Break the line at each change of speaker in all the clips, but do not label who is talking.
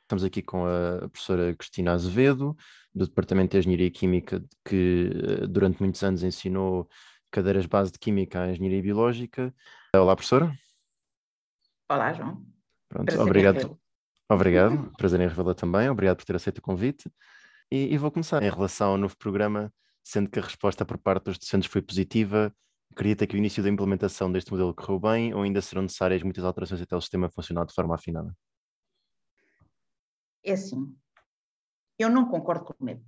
Estamos aqui com a professora Cristina Azevedo, do Departamento de Engenharia Química, que durante muitos anos ensinou cadeiras base de Química à Engenharia Biológica. Olá, professora.
Olá, João.
Pronto,
Prazer em
obrigado.
revê-lo.
Obrigado, prazer em revê-la também. Obrigado por ter aceito o convite. E vou começar. Em relação ao novo programa, sendo que a resposta por parte dos docentes foi positiva, acredita que o início da implementação deste modelo correu bem ou ainda serão necessárias muitas alterações até o sistema funcionar de forma afinada?
É assim, eu não concordo com o MEP.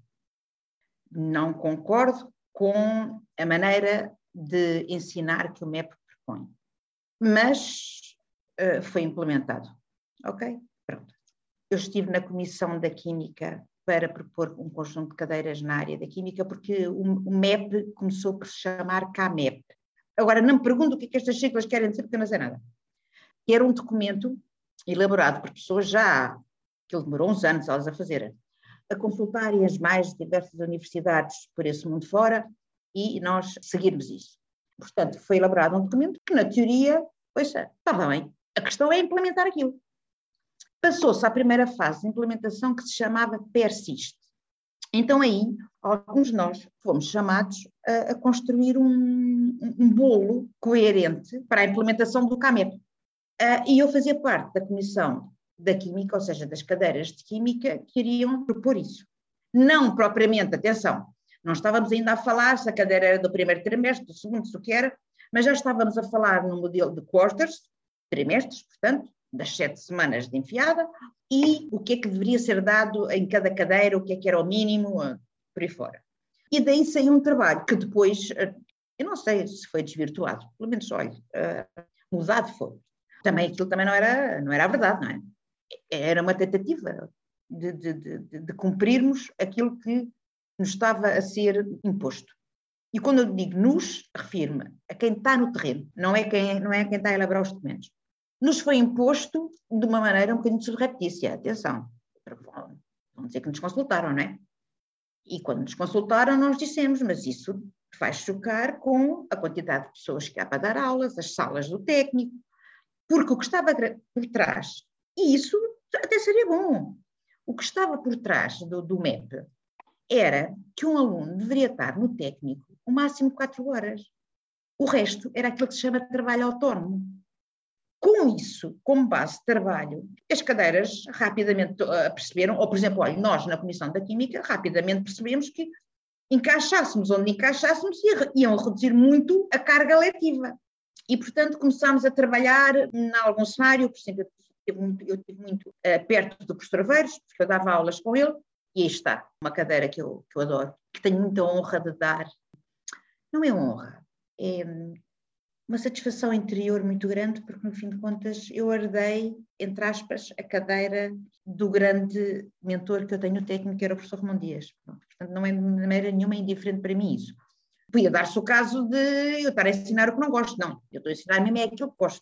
Não concordo com a maneira de ensinar que o MEP propõe. Mas foi implementado. Ok? Pronto. Eu estive na Comissão da Química para propor um conjunto de cadeiras na área da Química, porque o MEP começou por se chamar CAMEP. Agora, não me pergunto o que é que estas siglas querem dizer, porque eu não sei nada. Era um documento elaborado por pessoas já, que ele demorou uns anos elas a fazerem, a consultarem as mais diversas universidades por esse mundo fora e nós seguirmos isso. Portanto, foi elaborado um documento que, na teoria, estava bem. A questão é implementar aquilo. Passou-se à primeira fase de implementação que se chamava PERSIST. Então aí, alguns de nós fomos chamados a construir um bolo coerente para a implementação do CAMEP. E eu fazia parte da comissão da Química, ou seja, das cadeiras de Química, que iriam propor isso. Não propriamente, atenção, não estávamos ainda a falar se a cadeira era do primeiro trimestre, do segundo, se o que era, mas já estávamos a falar no modelo de quarters, trimestres, portanto, das 7 semanas de enfiada, e o que é que deveria ser dado em cada cadeira, o que é que era o mínimo, por aí fora. E daí saiu um trabalho que depois, eu não sei se foi desvirtuado, pelo menos, olha, mudado foi. Também aquilo também não era a verdade, não é? Era uma tentativa de cumprirmos aquilo que nos estava a ser imposto. E quando eu digo nos, refiro-me a quem está no terreno, não é quem está a elaborar os documentos. Nos foi imposto de uma maneira um bocadinho surreptícia, atenção, vão dizer que nos consultaram, não é? E quando nos consultaram nós dissemos, mas isso vai chocar com a quantidade de pessoas que há para dar aulas, as salas do técnico, porque o que estava por trás, e isso até seria bom, o que estava por trás do MEP era que um aluno deveria estar no técnico o máximo 4 horas. O resto era aquilo que se chama de trabalho autónomo. Com isso, como base de trabalho, as cadeiras rapidamente perceberam, ou por exemplo, olha, nós na Comissão da Química rapidamente percebemos que encaixássemos onde encaixássemos iam reduzir muito a carga letiva. E, portanto, começámos a trabalhar em algum cenário, por exemplo, eu estive muito perto do professor Aveiros, porque eu dava aulas com ele, e aí está, uma cadeira que eu adoro, que tenho muita honra de dar. Não é honra, é uma satisfação interior muito grande, porque, no fim de contas, eu herdei, entre aspas, a cadeira do grande mentor que eu tenho técnico, que era o professor Ramon Dias. Portanto, não é de maneira nenhuma indiferente para mim isso. Podia dar-se o caso de eu estar a ensinar o que não gosto. Não, eu estou a ensinar mesmo é aquilo que gosto.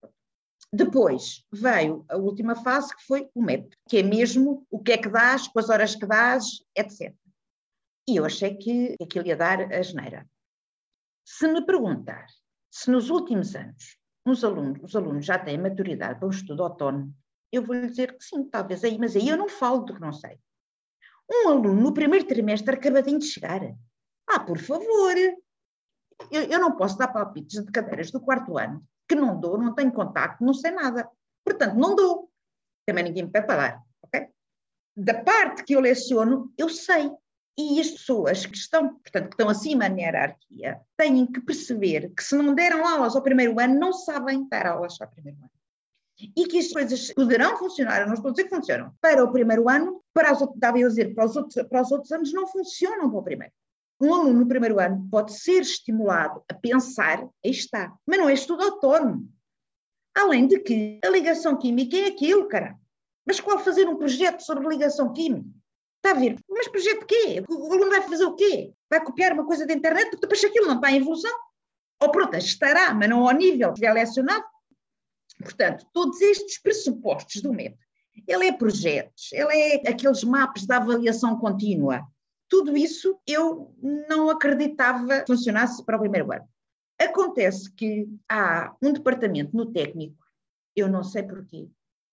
Depois veio a última fase, que foi o MEP, que é mesmo o que é que dás, com as horas que dás, etc. E eu achei que aquilo ia dar a geneira. Se me perguntar se nos últimos anos os alunos já têm maturidade para um estudo autónomo, eu vou lhe dizer que sim, talvez aí, mas aí eu não falo do que não sei. Um aluno no primeiro trimestre acabadinho de chegar. Por favor, eu não posso dar palpites de cadeiras do quarto ano, que não dou, não tenho contacto, não sei nada. Portanto, não dou. Também ninguém me pede para dar, ok? Da parte que eu leciono, eu sei. E as pessoas que estão, portanto, que estão acima na hierarquia, têm que perceber que se não deram aulas ao primeiro ano, não sabem dar aulas ao primeiro ano. E que as coisas poderão funcionar, eu não estou a dizer que funcionam, para o primeiro ano, estava eu a dizer, para os outros anos não funcionam para o primeiro. Um aluno no primeiro ano pode ser estimulado a pensar, aí está, mas não é estudo autónomo. Além de que a ligação química é aquilo, cara. Mas qual fazer um projeto sobre ligação química? Está a ver? Mas projeto de quê? O aluno vai fazer o quê? Vai copiar uma coisa da internet? Porque depois aquilo não está em evolução? Ou pronto, estará, mas não ao nível que é lecionado. Portanto, todos estes pressupostos do MEP, ele é projetos, ele é aqueles mapas de avaliação contínua. Tudo isso eu não acreditava que funcionasse para o primeiro ano. Acontece que há um departamento no técnico, eu não sei porquê,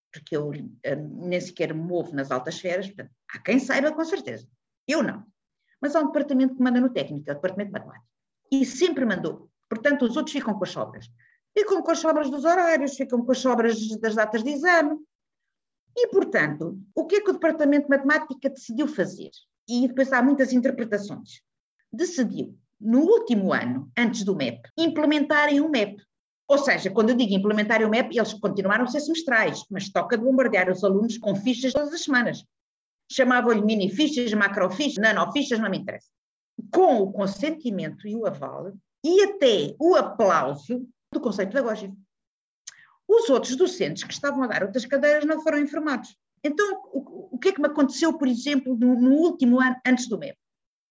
porque eu nem sequer me movo nas altas esferas, portanto, há quem saiba com certeza, eu não. Mas há um departamento que manda no técnico, é o departamento de matemática, e sempre mandou. Portanto, os outros ficam com as sobras. Ficam com as sobras dos horários, ficam com as sobras das datas de exame. E, portanto, o que é que o departamento de matemática decidiu fazer? E depois há muitas interpretações. Decidiu, no último ano, antes do MEP, implementarem um MEP. Ou seja, quando eu digo implementarem o MEP, eles continuaram a ser semestrais, mas toca de bombardear os alunos com fichas todas as semanas. Chamavam-lhe mini-fichas, macro-fichas, nano-fichas, não me interessa. Com o consentimento e o aval, e até o aplauso do Conselho Pedagógico. Os outros docentes que estavam a dar outras cadeiras não foram informados. Então, o que é que me aconteceu, por exemplo, no último ano, antes do MEP?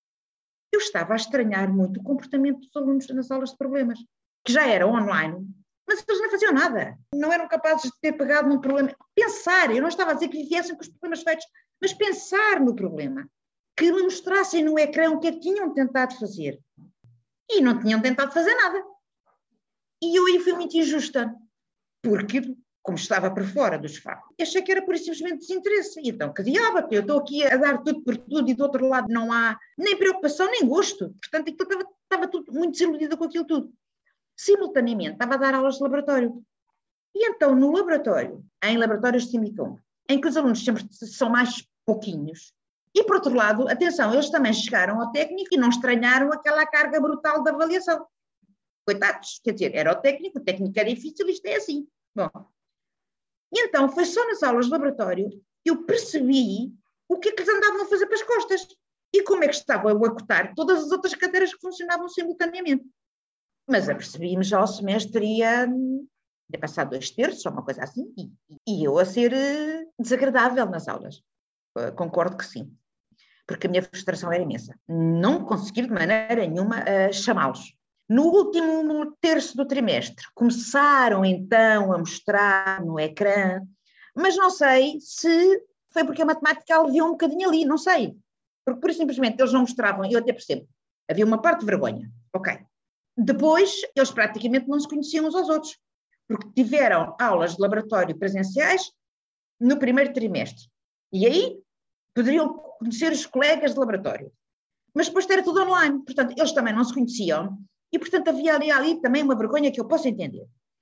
Eu estava a estranhar muito o comportamento dos alunos nas aulas de problemas, que já era online, mas eles não faziam nada. Não eram capazes de ter pegado num problema. Pensar, eu não estava a dizer que viessem com os problemas feitos, mas pensar no problema. Que me mostrassem no ecrã o que é que tinham tentado fazer. E não tinham tentado fazer nada. E eu aí fui muito injusta, porque, como estava por fora dos factos, achei que era pura e simplesmente desinteresse. E então, que diabo, eu estou aqui a dar tudo por tudo e do outro lado não há nem preocupação, nem gosto. Portanto, estava tudo muito desiludida com aquilo tudo. Simultaneamente, estava a dar aulas de laboratório. E então, no laboratório, em laboratórios de Simicom, em que os alunos sempre são mais pouquinhos, e por outro lado, atenção, eles também chegaram ao técnico e não estranharam aquela carga brutal da avaliação. Coitados, quer dizer, era o técnico é difícil, isto é assim. Bom, e então foi só nas aulas de laboratório que eu percebi o que é que eles andavam a fazer para as costas e como é que estavam a acotar todas as outras cadeiras que funcionavam simultaneamente. Mas apercebi-me já ao semestre ia passar 2 terços ou uma coisa assim e eu a ser desagradável nas aulas. Concordo que sim, porque a minha frustração era imensa. Não conseguir de maneira nenhuma chamá-los. No último terço do trimestre, começaram então a mostrar no ecrã, mas não sei se foi porque a matemática aliviou um bocadinho ali, não sei. Porque, por simplesmente, eles não mostravam, eu até percebo, havia uma parte de vergonha, ok. Depois, eles praticamente não se conheciam uns aos outros, porque tiveram aulas de laboratório presenciais no primeiro trimestre. E aí, poderiam conhecer os colegas de laboratório. Mas depois era tudo online, portanto, eles também não se conheciam, e, portanto, havia ali também uma vergonha que eu posso entender.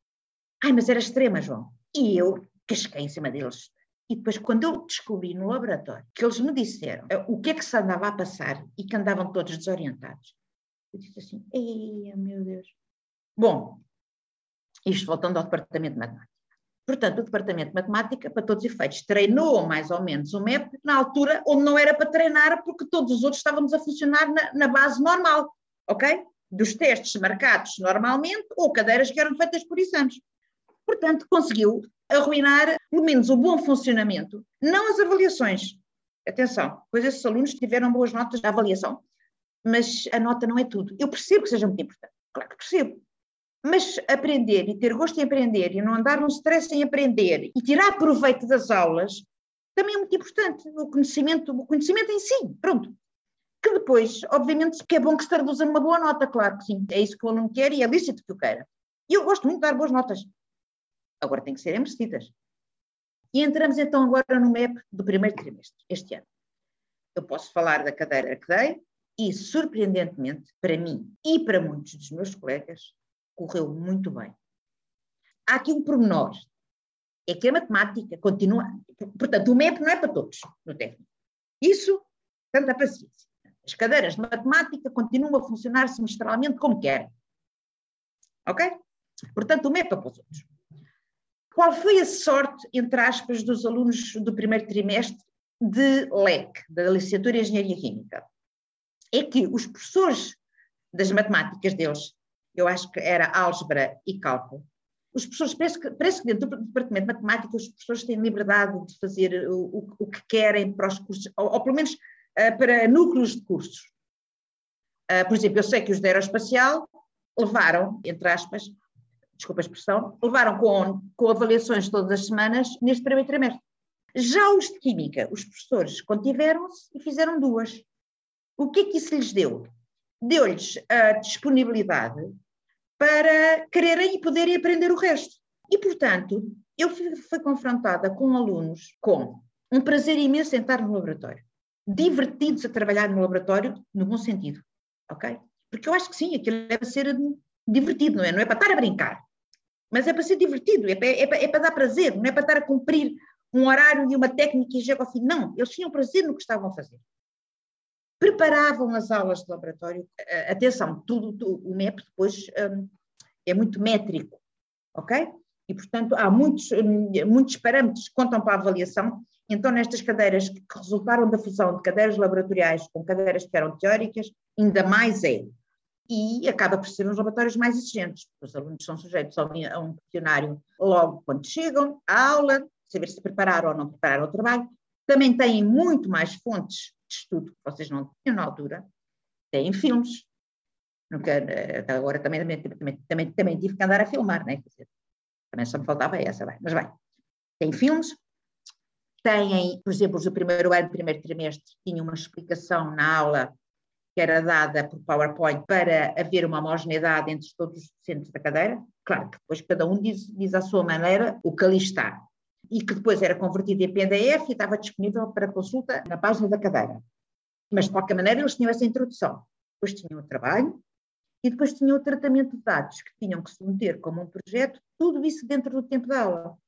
Ai, mas era extrema, João. E eu casquei em cima deles. E depois, quando eu descobri no laboratório que eles me disseram o que é que se andava a passar e que andavam todos desorientados, eu disse assim, ei, meu Deus. Bom, isto voltando ao departamento de matemática. Portanto, o departamento de matemática, para todos os efeitos, treinou mais ou menos o MEP na altura onde não era para treinar, porque todos os outros estávamos a funcionar na base normal, ok? Dos testes marcados normalmente ou cadeiras que eram feitas por exames. Portanto, conseguiu arruinar, pelo menos, o bom funcionamento, não as avaliações. Atenção, pois esses alunos tiveram boas notas na avaliação, mas a nota não é tudo. Eu percebo que seja muito importante, claro que percebo. Mas aprender e ter gosto em aprender e não andar num stress em aprender e tirar proveito das aulas também é muito importante. O conhecimento em si, pronto. Que depois, obviamente, que é bom que se traduza numa boa nota, claro que sim. É isso que o aluno quer e é lícito que eu queira. E eu gosto muito de dar boas notas. Agora tem que serem merecidas. E entramos então agora no MEP do primeiro trimestre, este ano. Eu posso falar da cadeira que dei e, surpreendentemente, para mim e para muitos dos meus colegas, correu muito bem. Há aqui um pormenor, é que a matemática continua, portanto, o MEP não é para todos no técnico. Isso, tanta paciência. As cadeiras de matemática continuam a funcionar semestralmente como querem. Ok? Portanto, o MEP é para os outros. Qual foi a sorte, entre aspas, dos alunos do primeiro trimestre de LEC, da Licenciatura em Engenharia Química? É que os professores das matemáticas deles, eu acho que era álgebra e cálculo, os professores, parece que dentro do departamento de matemática os professores têm liberdade de fazer o que querem para os cursos, ou pelo menos para núcleos de cursos. Por exemplo, eu sei que os de aeroespacial levaram, entre aspas, desculpa a expressão, levaram com avaliações todas as semanas neste primeiro trimestre. Já os de Química, os professores contiveram-se e fizeram 2. O que é que isso lhes deu? Deu-lhes a disponibilidade para quererem e poderem aprender o resto. E, portanto, eu fui confrontada com alunos com um prazer imenso em estar no laboratório, divertidos a trabalhar no laboratório, no bom sentido, ok? Porque eu acho que sim, aquilo é para ser divertido, não é para estar a brincar, mas é para ser divertido, é para dar prazer, não é para estar a cumprir um horário e uma técnica e chega ao fim. Não, eles tinham prazer no que estavam a fazer. Preparavam as aulas de laboratório, atenção, o MEP depois é muito métrico, ok? E, portanto, há muitos parâmetros que contam para a avaliação. Então, nestas cadeiras que resultaram da fusão de cadeiras laboratoriais com cadeiras que eram teóricas, ainda mais é. E acaba por ser uns laboratórios mais exigentes. Os alunos são sujeitos a um questionário logo quando chegam à aula, saber se prepararam ou não prepararam o trabalho. Também têm muito mais fontes de estudo que vocês não tinham na altura. Têm filmes. Agora também tive que andar a filmar, né? Quer dizer, também só me faltava essa, mas vai. Tem filmes, têm, por exemplo, o primeiro ano, primeiro trimestre, tinha uma explicação na aula que era dada por PowerPoint para haver uma homogeneidade entre todos os docentes da cadeira. Claro que depois cada um diz à sua maneira o que ali está. E que depois era convertido em PDF e estava disponível para consulta na página da cadeira. Mas, de qualquer maneira, eles tinham essa introdução. Depois tinham o trabalho e depois tinham o tratamento de dados que tinham que submeter como um projeto, tudo isso dentro do tempo da aula.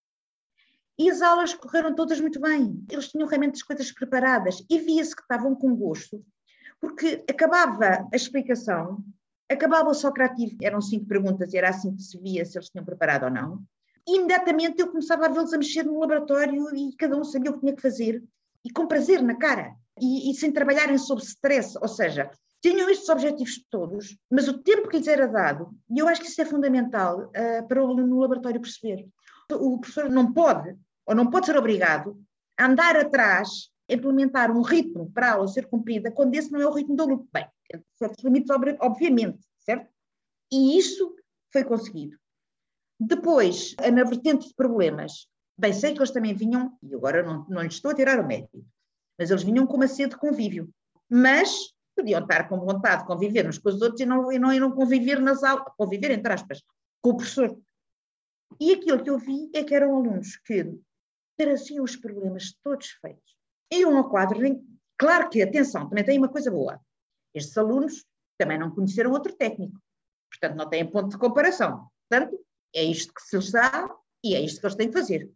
E as aulas correram todas muito bem. Eles tinham realmente as coisas preparadas e via-se que estavam com gosto, porque acabava a explicação, acabava o Socrativo, eram 5 perguntas e era assim que se via se eles tinham preparado ou não. E imediatamente eu começava a vê-los a mexer no laboratório e cada um sabia o que tinha que fazer e com prazer na cara e sem trabalharem sob stress, ou seja, tinham estes objetivos todos, mas o tempo que lhes era dado, e eu acho que isso é fundamental para o aluno no laboratório perceber. O professor não pode, ou não pode ser obrigado, a andar atrás, implementar um ritmo para a aula ser cumprida, quando esse não é o ritmo do aluno. Bem, certos limites, obviamente, certo? E isso foi conseguido. Depois, na vertente de problemas, bem, sei que eles também vinham, e agora não lhes estou a tirar o mérito, mas eles vinham com uma sede de convívio. Mas podiam estar com vontade de conviver uns com os outros e não conviver nas aulas, conviver, entre aspas, com o professor. E aquilo que eu vi é que eram alunos que traziam os problemas todos feitos. Iam ao quadro, claro que, atenção, também tem uma coisa boa. Estes alunos também não conheceram outro técnico, portanto não têm ponto de comparação. Portanto, é isto que se lhes dá e é isto que eles têm que fazer.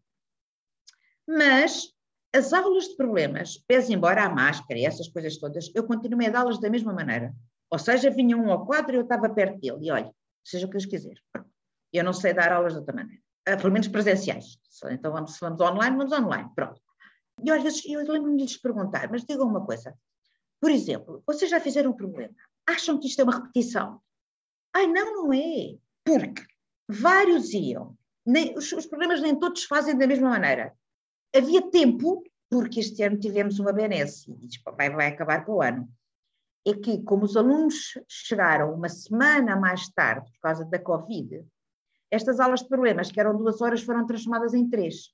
Mas as aulas de problemas, pese embora a máscara e essas coisas todas, eu continuei a dá-las da mesma maneira. Ou seja, vinha um ao quadro e eu estava perto dele e olha, seja o que eles quiserem. Eu não sei dar aulas de outra maneira, pelo menos presenciais. Então, se vamos online, pronto. E às vezes eu lembro-me de lhes perguntar, mas digam uma coisa. Por exemplo, vocês já fizeram um problema? Acham que isto é uma repetição? Ai, não é. Porque vários iam. Os problemas nem todos se fazem da mesma maneira. Havia tempo, porque este ano tivemos uma benesse, e vai acabar para o ano, é que como os alunos chegaram uma semana mais tarde por causa da Covid, estas aulas de problemas, que eram 2 horas, foram transformadas em 3.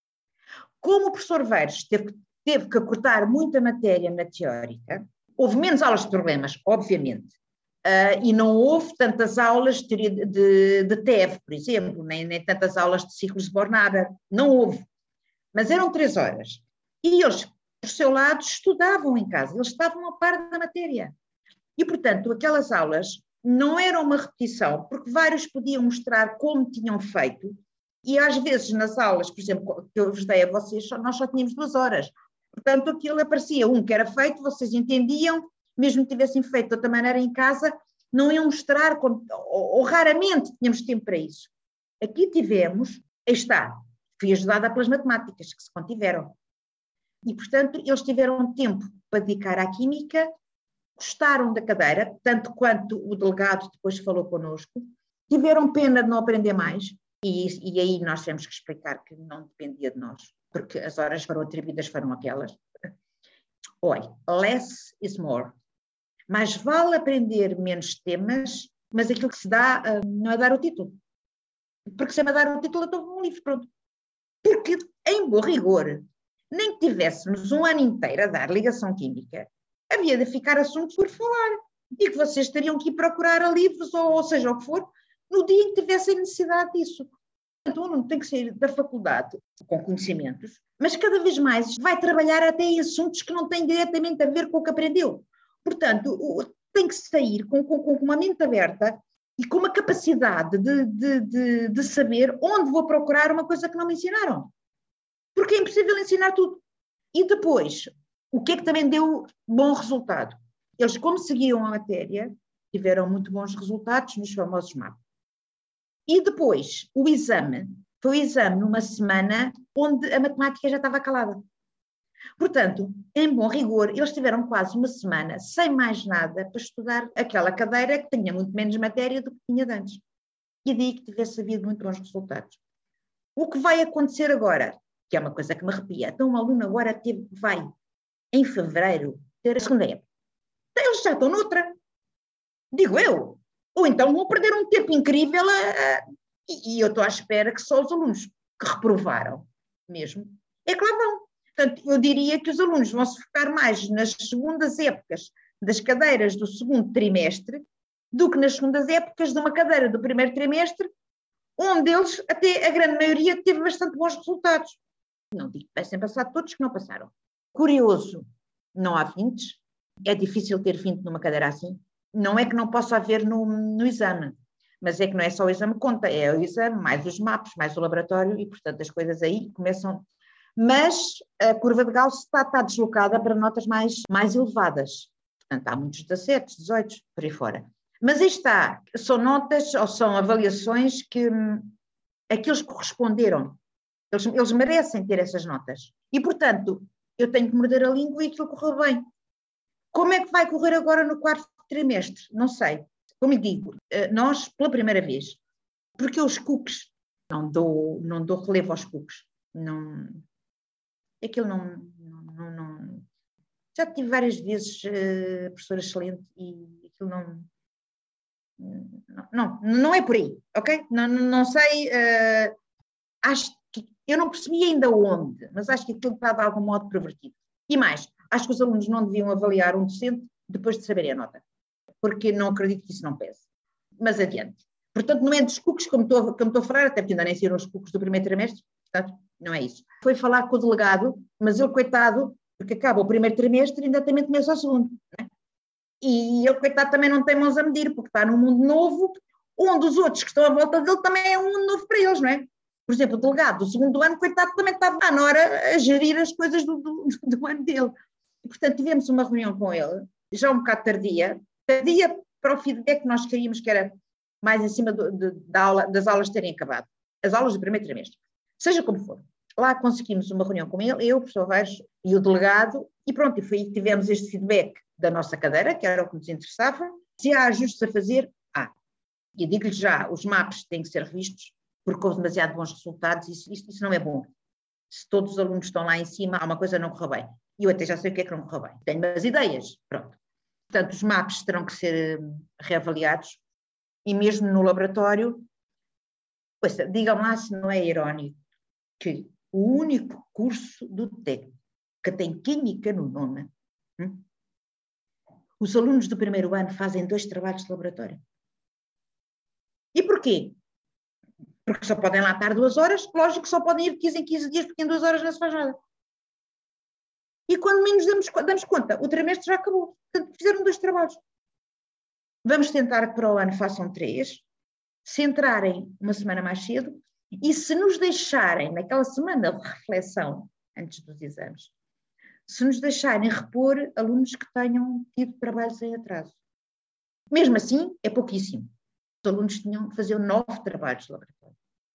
Como o professor Veires teve que acortar muita matéria na teórica, houve menos aulas de problemas, obviamente, e não houve tantas aulas de teoria de TEV, por exemplo, nem tantas aulas de ciclos de Born-Haber, não houve, mas eram 3 horas. E eles, por seu lado, estudavam em casa, eles estavam a par da matéria. E, portanto, aquelas aulas não eram uma repetição, porque vários podiam mostrar como tinham feito, e às vezes nas aulas, por exemplo, que eu vos dei a vocês, nós só tínhamos 2 horas. Portanto, aquilo aparecia que era feito, vocês entendiam, mesmo que tivessem feito de outra maneira em casa, não iam mostrar, ou raramente tínhamos tempo para isso. Aqui tivemos, aí está, fui ajudada pelas matemáticas, que se contiveram. E, portanto, eles tiveram tempo para dedicar à química, gostaram da cadeira, tanto quanto o delegado depois falou connosco, tiveram pena de não aprender mais, e aí nós temos que explicar que não dependia de nós, porque as horas foram atribuídas, foram aquelas. Olha, less is more. Mais vale aprender menos temas, mas aquilo que se dá não é dar o título. Porque se é dar o título, eu estou num livro, pronto. Porque, em bom rigor, nem que tivéssemos um ano inteiro a dar ligação química, havia de ficar assuntos por falar. E que vocês teriam que ir procurar a livros, ou seja o que for, no dia em que tivessem necessidade disso. Portanto, o aluno tem que sair da faculdade com conhecimentos, mas cada vez mais vai trabalhar até em assuntos que não têm diretamente a ver com o que aprendeu. Portanto, tem que sair com uma mente aberta e com uma capacidade de saber onde vou procurar uma coisa que não me ensinaram. Porque é impossível ensinar tudo. E depois, o que é que também deu bom resultado? Eles, como seguiam a matéria, tiveram muito bons resultados nos famosos mapas. E depois, o exame, foi o exame numa semana onde a matemática já estava calada. Portanto, em bom rigor, eles tiveram quase uma semana, sem mais nada, para estudar aquela cadeira que tinha muito menos matéria do que tinha de antes. E daí que tivesse havido muito bons resultados. O que vai acontecer agora, que é uma coisa que me arrepia, então um aluno agora vai, em fevereiro, ter a segunda época. Então, eles já estão noutra. Digo eu. Ou então vão perder um tempo incrível e eu estou à espera que só os alunos que reprovaram mesmo é que lá vão. Portanto, eu diria que os alunos vão se focar mais nas segundas épocas das cadeiras do segundo trimestre do que nas segundas épocas de uma cadeira do primeiro trimestre, onde eles, até a grande maioria, teve bastante bons resultados. Não digo que tivessem passado todos que não passaram. Curioso, não há 20, é difícil ter 20 numa cadeira assim. Não é que não possa haver no exame, mas é que não é só o exame que conta, é o exame, mais os mapas, mais o laboratório, e portanto as coisas aí começam. Mas a curva de Gauss está deslocada para notas mais elevadas. Portanto, há muitos 17, 18, por aí fora. Mas aí está, são notas ou são avaliações que aqueles que corresponderam, eles merecem ter essas notas. E, portanto, eu tenho que morder a língua e aquilo correu bem. Como é que vai correr agora no quarto trimestre? Não sei. Como lhe digo, nós, pela primeira vez, porque os cookies, não dou relevo aos cookies, aquilo não. Já tive várias vezes professora excelente e aquilo não é por aí, ok? Não sei, acho que, eu não percebi ainda onde, mas acho que aquilo está de algum modo pervertido. E mais, acho que os alunos não deviam avaliar um docente depois de saberem a nota, porque não acredito que isso não pese. Mas adiante. Portanto, não é dos cookies como estou a falar, até porque ainda nem saíram os cookies do primeiro trimestre, portanto, não é isso. Foi falar com o delegado, mas ele, coitado, porque acaba o primeiro trimestre e ainda também começa o segundo. Né? E ele, coitado, também não tem mãos a medir, porque está num mundo novo, onde os outros que estão à volta dele também é um mundo novo para eles, não é? Por exemplo, o delegado do segundo ano, coitado, também estava na hora a gerir as coisas do ano dele. E, portanto, tivemos uma reunião com ele, já um bocado tardia para o feedback que nós queríamos, que era mais em cima das aulas terem acabado, as aulas do primeiro trimestre. Seja como for, lá conseguimos uma reunião com ele, eu, o professor Reis e o delegado, e pronto, e foi aí que tivemos este feedback da nossa cadeira, que era o que nos interessava. Se há ajustes a fazer, há. E digo-lhe já, os mapas têm que ser revistos, porque houve demasiado bons resultados, isso não é bom. Se todos os alunos estão lá em cima, há uma coisa que não correu bem. E eu até já sei o que é que não correu bem. Tenho umas ideias, pronto. Portanto, os mapas terão que ser reavaliados, e mesmo no laboratório, digam lá se não é irónico, que o único curso do técnico que tem química no nono, os alunos do primeiro ano fazem 2 trabalhos de laboratório. E porquê? Porque só podem lá estar 2 horas, lógico que só podem ir de 15 em 15 dias, porque em 2 horas não se faz nada. E quando menos damos conta, o trimestre já acabou. Portanto, fizeram 2 trabalhos. Vamos tentar que para o ano façam 3, se entrarem uma semana mais cedo, e se nos deixarem, naquela semana de reflexão, antes dos exames, se nos deixarem repor alunos que tenham tido trabalhos em atraso. Mesmo assim, é pouquíssimo. Os alunos tinham que fazer 9 trabalhos de laboratório.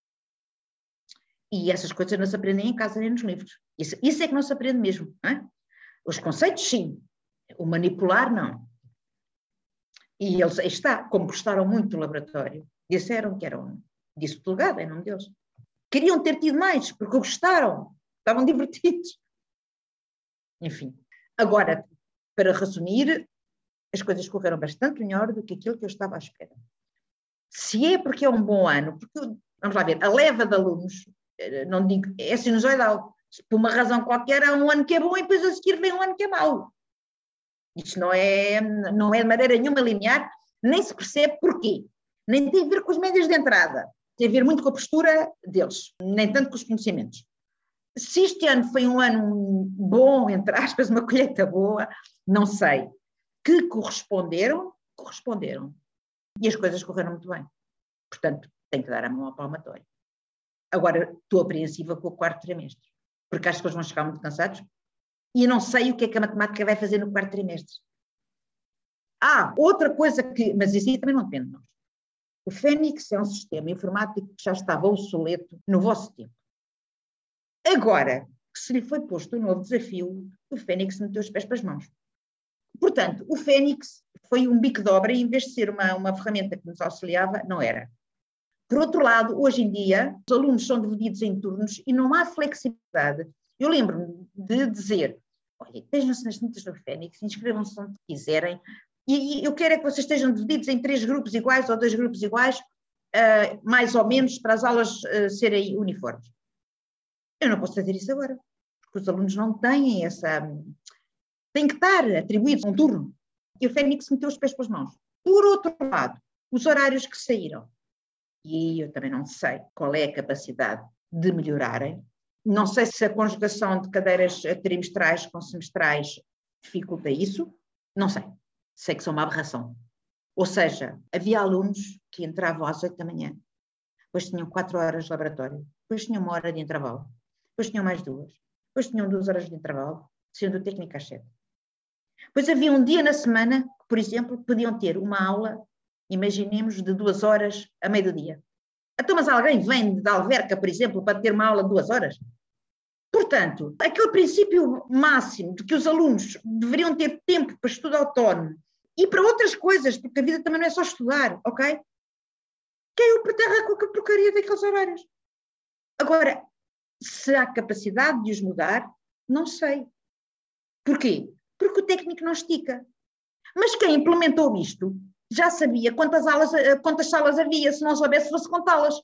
E essas coisas não se aprendem em casa nem nos livros. Isso é que não se aprende mesmo. Não é? Os conceitos, sim. O manipular, não. E eles, aí está, como gostaram muito do laboratório, disseram que disse o delegado, em nome deles. Queriam ter tido mais, porque gostaram, estavam divertidos. Enfim. Agora, para resumir, as coisas correram bastante melhor do que aquilo que eu estava à espera. Se é porque é um bom ano, porque, vamos lá ver, a leva de alunos, não digo, é sinusoidal. Por uma razão qualquer, há um ano que é bom e depois a seguir vem um ano que é mau. Isto não é de maneira nenhuma linear, nem se percebe porquê. Nem tem a ver com as médias de entrada. Tem a ver muito com a postura deles, nem tanto com os conhecimentos. Se este ano foi um ano bom, entre aspas, uma colheita boa, não sei. Que corresponderam. E as coisas correram muito bem. Portanto, tenho que dar a mão ao palmatório. Agora, estou apreensiva com o quarto trimestre, porque acho que eles vão chegar muito cansados e não sei o que é que a matemática vai fazer no quarto trimestre. Outra coisa mas isso aí também não depende de nós. O Fênix é um sistema informático que já estava obsoleto no vosso tempo. Agora, que se lhe foi posto um novo desafio, o Fênix meteu os pés para as mãos. Portanto, o Fênix foi um bico de obra e, em vez de ser uma ferramenta que nos auxiliava, não era. Por outro lado, hoje em dia, os alunos são divididos em turnos e não há flexibilidade. Eu lembro-me de dizer, olha, estejam-se nas notas do Fênix, inscrevam-se onde quiserem, e eu quero é que vocês estejam divididos em 3 grupos iguais ou 2 grupos iguais, mais ou menos, para as aulas serem uniformes. Eu não posso fazer isso agora, porque os alunos não têm essa... Têm que estar atribuídos a um turno. E o Fênix meteu os pés pelas mãos. Por outro lado, os horários que saíram. E eu também não sei qual é a capacidade de melhorarem. Não sei se a conjugação de cadeiras trimestrais com semestrais dificulta isso. Não sei. Sei que são uma aberração. Ou seja, havia alunos que entravam às 8 da manhã, depois tinham 4 horas de laboratório, depois tinham 1 hora de intervalo, depois tinham mais 2, depois tinham 2 horas de intervalo, sendo do técnico às 7. Depois havia um dia na semana que, por exemplo, podiam ter uma aula, imaginemos, de 2 horas a meio do dia. Então, mas alguém vem de Alverca, por exemplo, para ter uma aula de 2 horas? Portanto, aquele princípio máximo de que os alunos deveriam ter tempo para estudo autónomo e para outras coisas, porque a vida também não é só estudar, ok? Caiu por terra com a porcaria daqueles horários. Agora, se há capacidade de os mudar, não sei. Porquê? Porque o técnico não estica. Mas quem implementou isto já sabia quantas salas havia, se não soubesse fosse contá-las.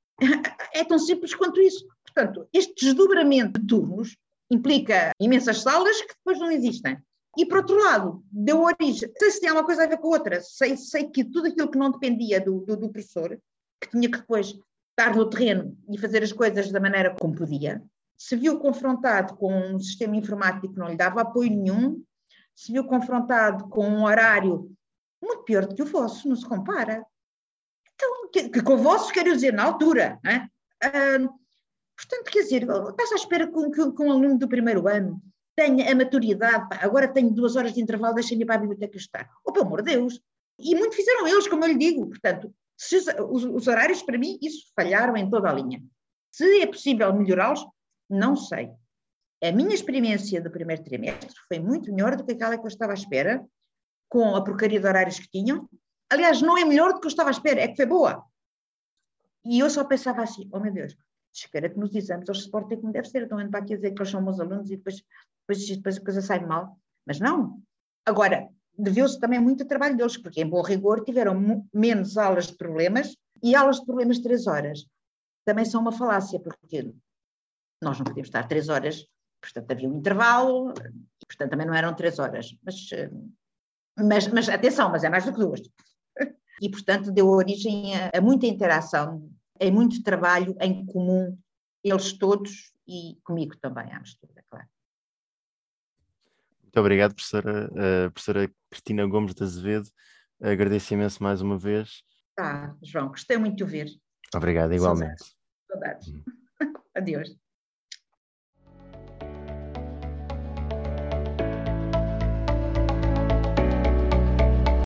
É tão simples quanto isso. Portanto, este desdobramento de turnos implica imensas salas que depois não existem. E, por outro lado, deu origem, não sei se tem alguma coisa a ver com a outra, sei que tudo aquilo que não dependia do professor, que tinha que depois estar no terreno e fazer as coisas da maneira como podia, se viu confrontado com um sistema informático que não lhe dava apoio nenhum, se viu confrontado com um horário muito pior do que o vosso, não se compara. Então, que com o vosso quero dizer na altura, não é? Portanto, quer dizer, estás à espera que um aluno do primeiro ano tenha a maturidade, agora tenho 2 horas de intervalo, deixa-me ir para a biblioteca estudar. Pelo amor de Deus! E muito fizeram eles, como eu lhe digo. Portanto, se os horários, para mim, isso falharam em toda a linha. Se é possível melhorá-los, não sei. A minha experiência do primeiro trimestre foi muito melhor do que aquela que eu estava à espera, com a porcaria de horários que tinham. Aliás, não é melhor do que eu estava à espera, é que foi boa. E eu só pensava assim, oh meu Deus, espera que nos exames eles se portem como deve ser, estão indo para aqui a dizer que eles são meus alunos e depois a coisa sai mal. Mas não. Agora, deveu-se também muito ao trabalho deles, porque em bom rigor tiveram menos aulas de problemas e aulas de problemas de 3 horas. Também são uma falácia, porque nós não podíamos estar 3 horas, portanto havia um intervalo, e portanto também não eram 3 horas. Mas atenção, mas é mais do que 2. E portanto deu origem a muita interação, a muito trabalho em comum, eles todos e comigo também à mistura, claro.
Muito obrigado, professora Cristina Gomes de Azevedo. Agradeço imenso mais uma vez.
João, gostei muito de o ver.
Obrigado, igualmente.
Saudades. Adeus.